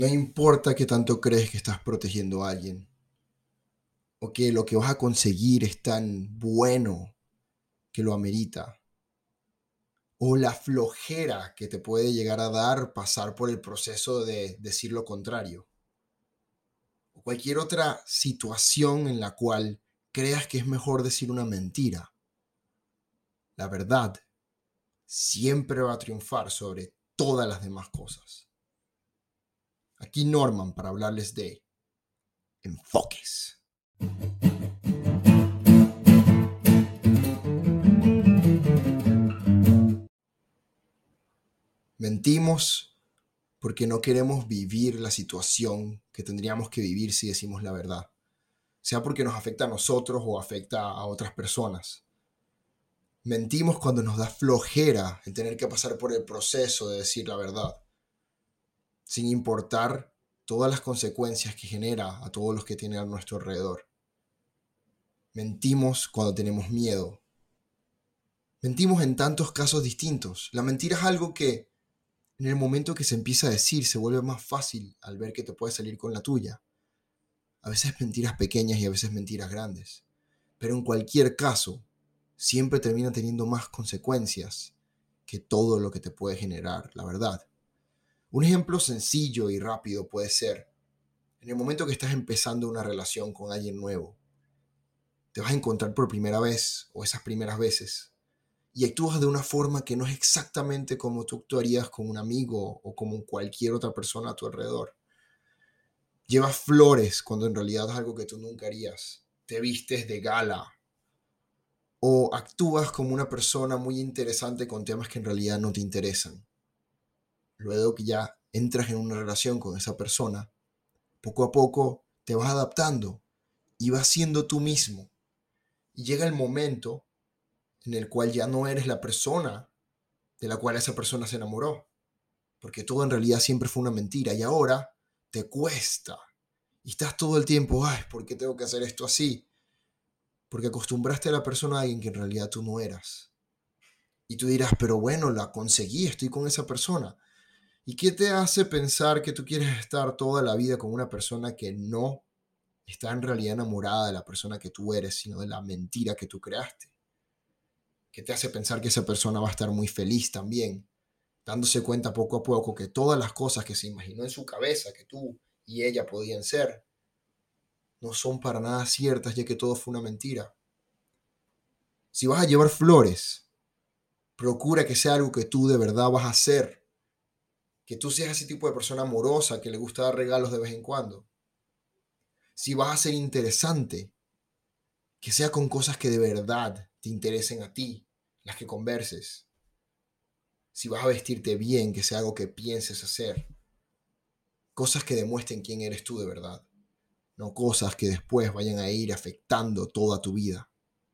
No importa qué tanto crees que estás protegiendo a alguien o que lo que vas a conseguir es tan bueno que lo amerita, o la flojera que te puede llegar a dar pasar por el proceso de decir lo contrario, o cualquier otra situación en la cual creas que es mejor decir una mentira. La verdad siempre va a triunfar sobre todas las demás cosas. Aquí Norman para hablarles de enfoques. Mentimos porque no queremos vivir la situación que tendríamos que vivir si decimos la verdad, sea porque nos afecta a nosotros o afecta a otras personas. Mentimos cuando nos da flojera el tener que pasar por el proceso de decir la verdad, sin importar todas las consecuencias que genera a todos los que tienen a nuestro alrededor. Mentimos cuando tenemos miedo. Mentimos en tantos casos distintos. La mentira es algo que en el momento que se empieza a decir se vuelve más fácil al ver que te puede salir con la tuya. A veces mentiras pequeñas y a veces mentiras grandes. Pero en cualquier caso, siempre termina teniendo más consecuencias que todo lo que te puede generar, la verdad. Un ejemplo sencillo y rápido puede ser, en el momento que estás empezando una relación con alguien nuevo, te vas a encontrar por primera vez o esas primeras veces y actúas de una forma que no es exactamente como tú actuarías con un amigo o como cualquier otra persona a tu alrededor. Llevas flores cuando en realidad es algo que tú nunca harías. Te vistes de gala o actúas como una persona muy interesante con temas que en realidad no te interesan. Luego que ya entras en una relación con esa persona, poco a poco te vas adaptando y vas siendo tú mismo. Y llega el momento en el cual ya no eres la persona de la cual esa persona se enamoró, porque todo en realidad siempre fue una mentira y ahora te cuesta. Y estás todo el tiempo, ay, ¿por qué tengo que hacer esto así? Porque acostumbraste a la persona a alguien que en realidad tú no eras. Y tú dirás, pero bueno, la conseguí, estoy con esa persona. ¿Y qué te hace pensar que tú quieres estar toda la vida con una persona que no está en realidad enamorada de la persona que tú eres, sino de la mentira que tú creaste? ¿Qué te hace pensar que esa persona va a estar muy feliz también, dándose cuenta poco a poco que todas las cosas que se imaginó en su cabeza que tú y ella podían ser, no son para nada ciertas, ya que todo fue una mentira? Si vas a llevar flores, procura que sea algo que tú de verdad vas a hacer, que tú seas ese tipo de persona amorosa que le gusta dar regalos de vez en cuando. Si vas a ser interesante, que sea con cosas que de verdad te interesen a ti, las que converses. Si vas a vestirte bien, que sea algo que pienses hacer. Cosas que demuestren quién eres tú de verdad, no cosas que después vayan a ir afectando toda tu vida.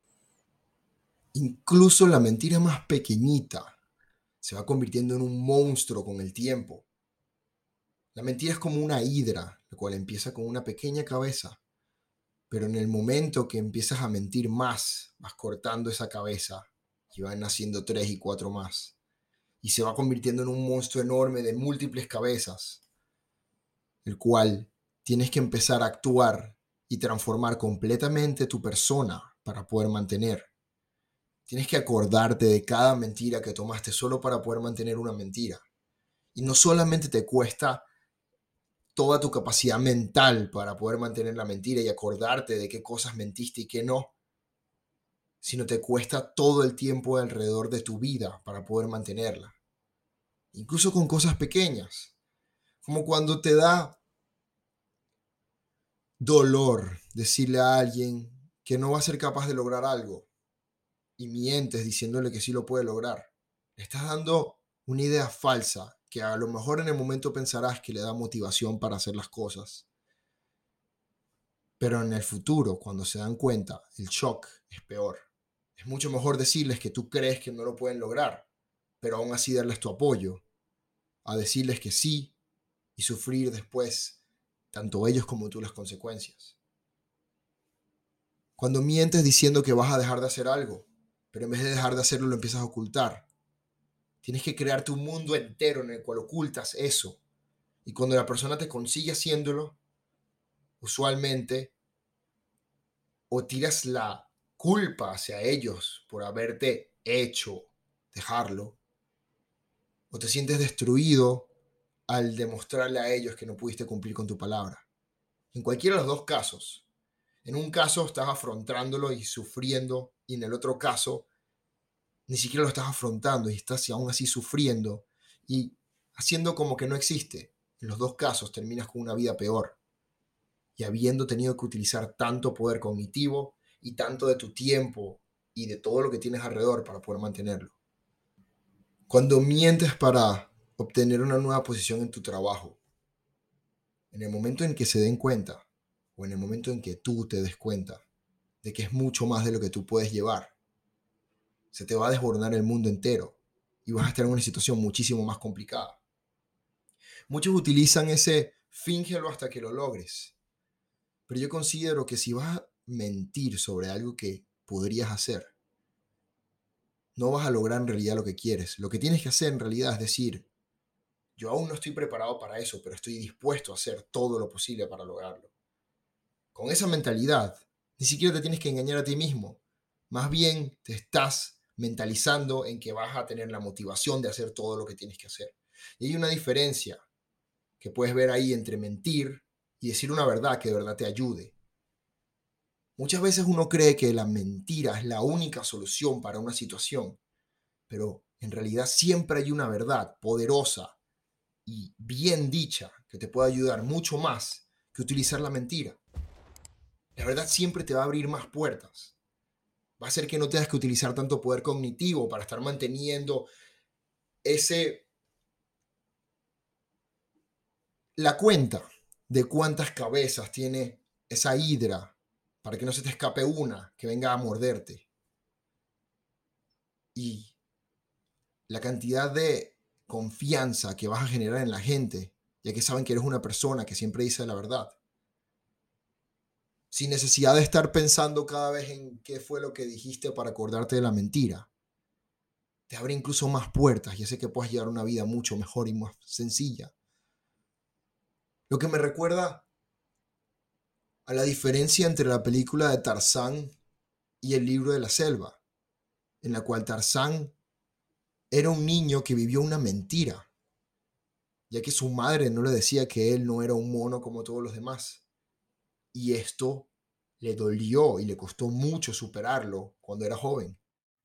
Incluso la mentira más pequeñita se va convirtiendo en un monstruo con el tiempo. La mentira es como una hidra, la cual empieza con una pequeña cabeza, pero en el momento que empiezas a mentir más, vas cortando esa cabeza y van naciendo tres y cuatro más. Y se va convirtiendo en un monstruo enorme de múltiples cabezas, el cual tienes que empezar a actuar y transformar completamente tu persona para poder mantener. Tienes que acordarte de cada mentira que tomaste solo para poder mantener una mentira. Y no solamente te cuesta toda tu capacidad mental para poder mantener la mentira y acordarte de qué cosas mentiste y qué no, sino te cuesta todo el tiempo alrededor de tu vida para poder mantenerla. Incluso con cosas pequeñas, como cuando te da dolor decirle a alguien que no va a ser capaz de lograr algo y mientes diciéndole que sí lo puede lograr. Le estás dando una idea falsa que a lo mejor en el momento pensarás que le da motivación para hacer las cosas, pero en el futuro, cuando se dan cuenta, el shock es peor. Es mucho mejor decirles que tú crees que no lo pueden lograr, pero aún así darles tu apoyo, a decirles que sí y sufrir después, tanto ellos como tú, las consecuencias. Cuando mientes diciendo que vas a dejar de hacer algo, pero en vez de dejar de hacerlo lo empiezas a ocultar. Tienes que crearte un mundo entero en el cual ocultas eso Y cuando la persona te consigue haciéndolo, usualmente o tiras la culpa hacia ellos por haberte hecho dejarlo, o te sientes destruido al demostrarle a ellos que no pudiste cumplir con tu palabra. En cualquiera de los dos casos, en un caso estás afrontándolo y sufriendo, y en el otro caso ni siquiera lo estás afrontando y estás aún así sufriendo y haciendo como que no existe. En los dos casos terminas con una vida peor y habiendo tenido que utilizar tanto poder cognitivo y tanto de tu tiempo y de todo lo que tienes alrededor para poder mantenerlo. Cuando mientes para obtener una nueva posición en tu trabajo, en el momento en que se den cuenta o en el momento en que tú te des cuenta de que es mucho más de lo que tú puedes llevar, se te va a desbordar el mundo entero y vas a estar en una situación muchísimo más complicada. Muchos utilizan ese fíngelo hasta que lo logres, pero yo considero que si vas a mentir sobre algo que podrías hacer, no vas a lograr en realidad lo que quieres. Lo que tienes que hacer en realidad es decir, yo aún no estoy preparado para eso, pero estoy dispuesto a hacer todo lo posible para lograrlo. Con esa mentalidad, ni siquiera te tienes que engañar a ti mismo. Más bien te estás mentalizando en que vas a tener la motivación de hacer todo lo que tienes que hacer. Y hay una diferencia que puedes ver ahí entre mentir y decir una verdad que de verdad te ayude. Muchas veces uno cree que la mentira es la única solución para una situación, pero en realidad siempre hay una verdad poderosa y bien dicha que te puede ayudar mucho más que utilizar la mentira. La verdad siempre te va a abrir más puertas. Va a hacer que no tengas que utilizar tanto poder cognitivo para estar manteniendo ese, la cuenta de cuántas cabezas tiene esa hidra para que no se te escape una que venga a morderte. Y la cantidad de confianza que vas a generar en la gente, ya que saben que eres una persona que siempre dice la verdad. Sin necesidad de estar pensando cada vez en qué fue lo que dijiste para acordarte de la mentira. Te abre incluso más puertas y hace que puedas llevar una vida mucho mejor y más sencilla. Lo que me recuerda a la diferencia entre la película de Tarzán y el libro de la selva, en la cual Tarzán era un niño que vivió una mentira, ya que su madre no le decía que él no era un mono como todos los demás. Y esto le dolió y le costó mucho superarlo cuando era joven.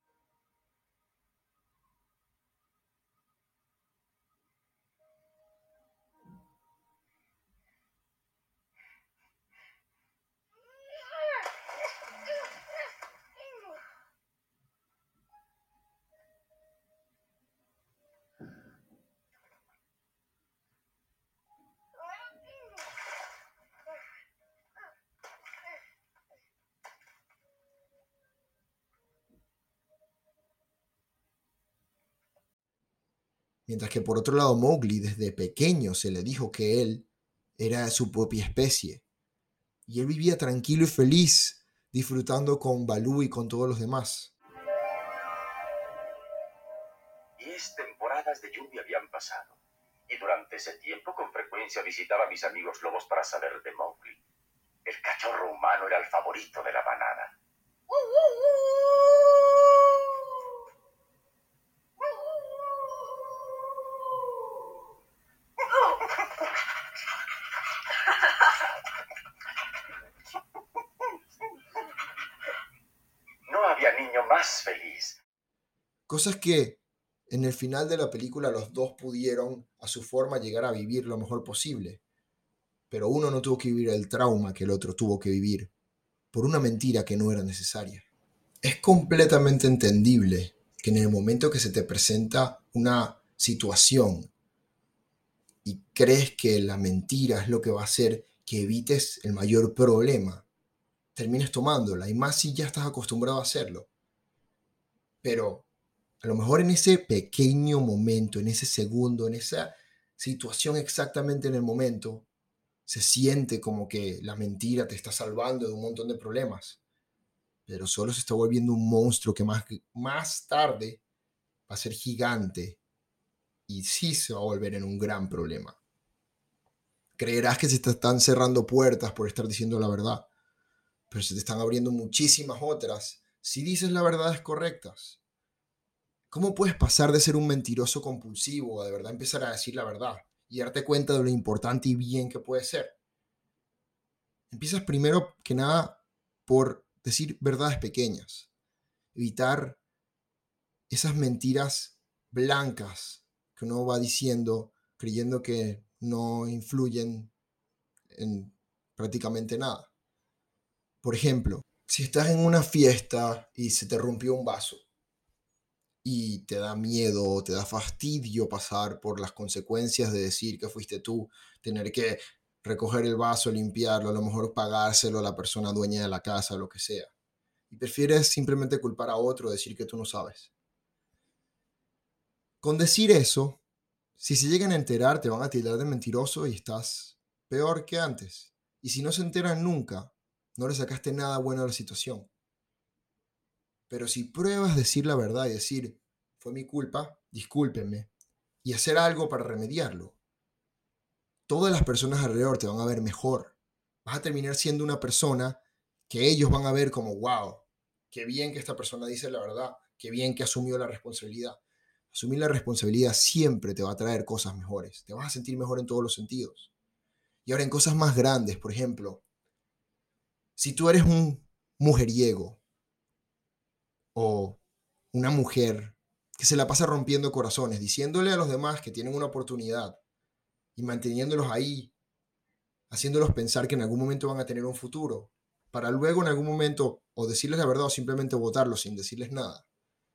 Mientras que por otro lado Mowgli desde pequeño se le dijo que él era de su propia especie. Y él vivía tranquilo y feliz, disfrutando con Balú y con todos los demás. Temporadas de lluvia habían pasado, y durante ese tiempo con frecuencia visitaba a mis amigos lobos para saber de Mowgli. El cachorro humano era el favorito de la manada. No había niño más feliz. Cosas que en el final de la película los dos pudieron a su forma llegar a vivir lo mejor posible. Pero uno no tuvo que vivir el trauma que el otro tuvo que vivir por una mentira que no era necesaria. Es completamente entendible que en el momento que se te presenta una situación y crees que la mentira es lo que va a hacer que evites el mayor problema, termines tomándola y más si ya estás acostumbrado a hacerlo. Pero a lo mejor en ese pequeño momento, en ese segundo, en esa situación exactamente en el momento, se siente como que la mentira te está salvando de un montón de problemas, pero solo se está volviendo un monstruo que más tarde va a ser gigante y sí se va a volver en un gran problema. Creerás que se te están cerrando puertas por estar diciendo la verdad, pero se te están abriendo muchísimas otras si dices las verdades correctas. ¿Cómo puedes pasar de ser un mentiroso compulsivo a de verdad empezar a decir la verdad y darte cuenta de lo importante y bien que puede ser? Empiezas primero que nada por decir verdades pequeñas, evitar esas mentiras blancas que uno va diciendo creyendo que no influyen en prácticamente nada. Por ejemplo, si estás en una fiesta y se te rompió un vaso y te da miedo, te da fastidio pasar por las consecuencias de decir que fuiste tú, tener que recoger el vaso, limpiarlo, a lo mejor pagárselo a la persona dueña de la casa, lo que sea. Y prefieres simplemente culpar a otro, decir que tú no sabes. Con decir eso, si se llegan a enterar, te van a tildar de mentiroso y estás peor que antes. Y si no se enteran nunca, no le sacaste nada bueno a la situación. Pero si pruebas decir la verdad y decir, fue mi culpa, discúlpenme, y hacer algo para remediarlo, todas las personas alrededor te van a ver mejor. Vas a terminar siendo una persona que ellos van a ver como, wow, qué bien que esta persona dice la verdad, qué bien que asumió la responsabilidad. Asumir la responsabilidad siempre te va a traer cosas mejores. Te vas a sentir mejor en todos los sentidos. Y ahora en cosas más grandes, por ejemplo, si tú eres un mujeriego o una mujer que se la pasa rompiendo corazones, diciéndole a los demás que tienen una oportunidad y manteniéndolos ahí, haciéndolos pensar que en algún momento van a tener un futuro, para luego en algún momento o decirles la verdad o simplemente votarlos sin decirles nada.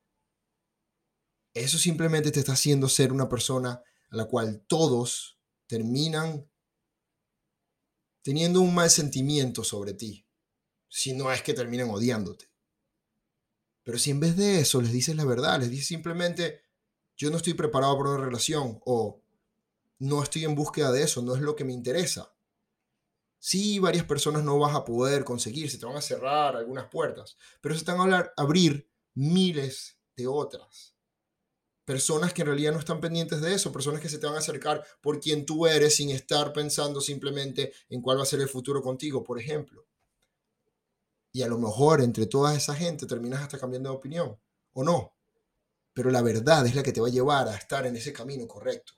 Eso simplemente te está haciendo ser una persona a la cual todos terminan teniendo un mal sentimiento sobre ti, si no es que terminan odiándote. Pero si en vez de eso les dices la verdad, les dices simplemente, yo no estoy preparado para una relación o no estoy en búsqueda de eso, no es lo que me interesa. Sí, varias personas no vas a poder conseguir, se te van a cerrar algunas puertas, pero se te van a abrir miles de otras. Personas que en realidad no están pendientes de eso, personas que se te van a acercar por quien tú eres sin estar pensando simplemente en cuál va a ser el futuro contigo, por ejemplo. Y a lo mejor entre toda esa gente terminas hasta cambiando de opinión, o no. Pero la verdad es la que te va a llevar a estar en ese camino correcto.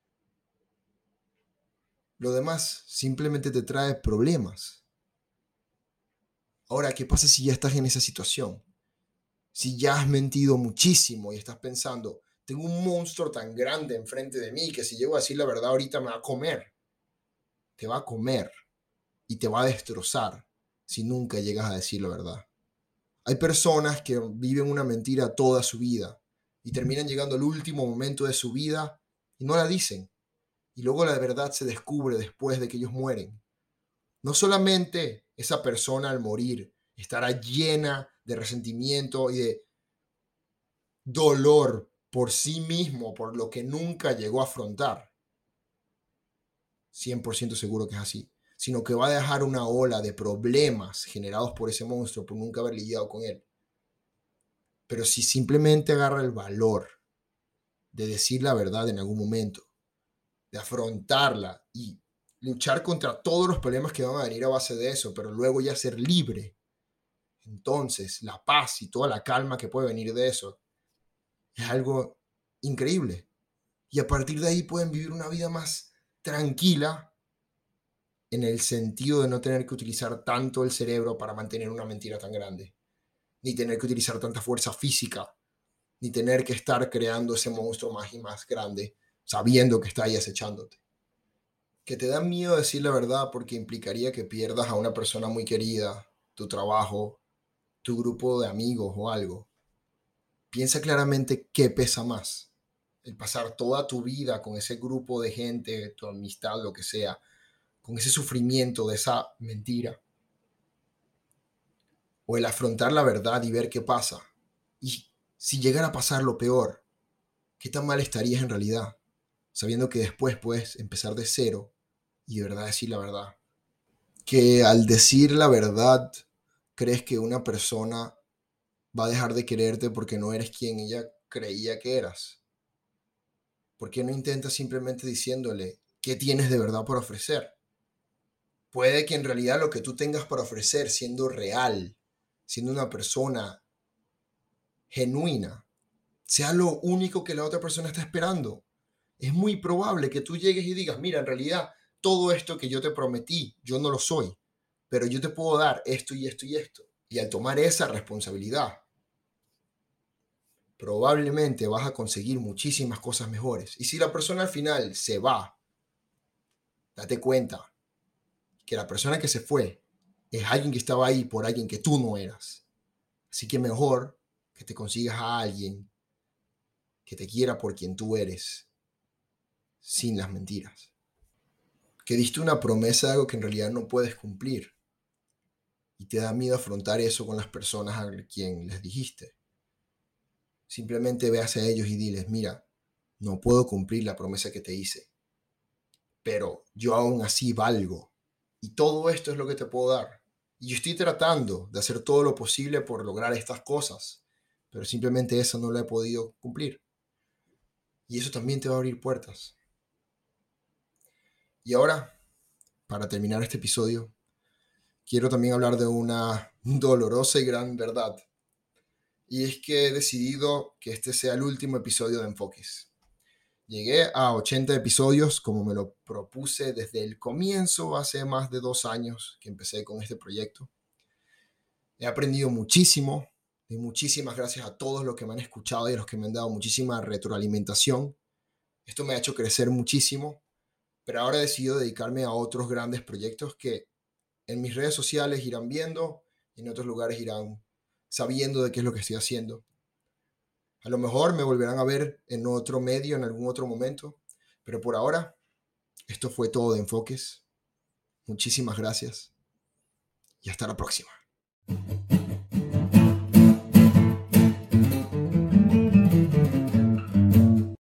Lo demás simplemente te trae problemas. Ahora, ¿qué pasa si ya estás en esa situación? Si ya has mentido muchísimo y estás pensando, tengo un monstruo tan grande enfrente de mí que si llego a decir la verdad ahorita me va a comer. Te va a comer y te va a destrozar si nunca llegas a decir la verdad. Hay personas que viven una mentira toda su vida y terminan llegando al último momento de su vida y no la dicen. Y luego la verdad se descubre después de que ellos mueren. No solamente esa persona al morir estará llena de resentimiento y de dolor por sí mismo, por lo que nunca llegó a afrontar. 100% seguro que es así. Sino que va a dejar una ola de problemas generados por ese monstruo por nunca haber lidiado con él. Pero si simplemente agarra el valor de decir la verdad en algún momento, de afrontarla y luchar contra todos los problemas que van a venir a base de eso, pero luego ya ser libre, entonces la paz y toda la calma que puede venir de eso es algo increíble. Y a partir de ahí pueden vivir una vida más tranquila en el sentido de no tener que utilizar tanto el cerebro para mantener una mentira tan grande, ni tener que utilizar tanta fuerza física, ni tener que estar creando ese monstruo más y más grande, sabiendo que está ahí acechándote. Que te da miedo decir la verdad porque implicaría que pierdas a una persona muy querida, tu trabajo, tu grupo de amigos o algo. Piensa claramente qué pesa más. El pasar toda tu vida con ese grupo de gente, tu amistad, lo que sea, con ese sufrimiento de esa mentira. O el afrontar la verdad y ver qué pasa. Y si llegara a pasar lo peor, ¿qué tan mal estarías en realidad? Sabiendo que después puedes empezar de cero y de verdad decir la verdad. Que al decir la verdad crees que una persona va a dejar de quererte porque no eres quien ella creía que eras. ¿Por qué no intentas simplemente diciéndole qué tienes de verdad por ofrecer? Puede que en realidad lo que tú tengas para ofrecer, siendo real, siendo una persona genuina, sea lo único que la otra persona está esperando. Es muy probable que tú llegues y digas, mira, en realidad todo esto que yo te prometí, yo no lo soy, pero yo te puedo dar esto y esto y esto. Y al tomar esa responsabilidad, probablemente vas a conseguir muchísimas cosas mejores. Y si la persona al final se va, date cuenta que la persona que se fue es alguien que estaba ahí por alguien que tú no eras. Así que mejor que te consigas a alguien que te quiera por quien tú eres, sin las mentiras. Que diste una promesa de algo que en realidad no puedes cumplir y te da miedo afrontar eso con las personas a quien les dijiste. Simplemente ve hacia ellos y diles, mira, no puedo cumplir la promesa que te hice, pero yo aún así valgo. Y todo esto es lo que te puedo dar. Y yo estoy tratando de hacer todo lo posible por lograr estas cosas, pero simplemente eso no lo he podido cumplir. Y eso también te va a abrir puertas. Y ahora, para terminar este episodio, quiero también hablar de una dolorosa y gran verdad. Y es que he decidido que este sea el último episodio de Enfoques. Llegué a 80 episodios como me lo propuse desde el comienzo, hace más de 2 años que empecé con este proyecto. He aprendido muchísimo y muchísimas gracias a todos los que me han escuchado y a los que me han dado muchísima retroalimentación. Esto me ha hecho crecer muchísimo, pero ahora he decidido dedicarme a otros grandes proyectos que en mis redes sociales irán viendo y en otros lugares irán sabiendo de qué es lo que estoy haciendo. A lo mejor me volverán a ver en otro medio, en algún otro momento, pero por ahora esto fue todo de Enfoques. Muchísimas gracias y hasta la próxima.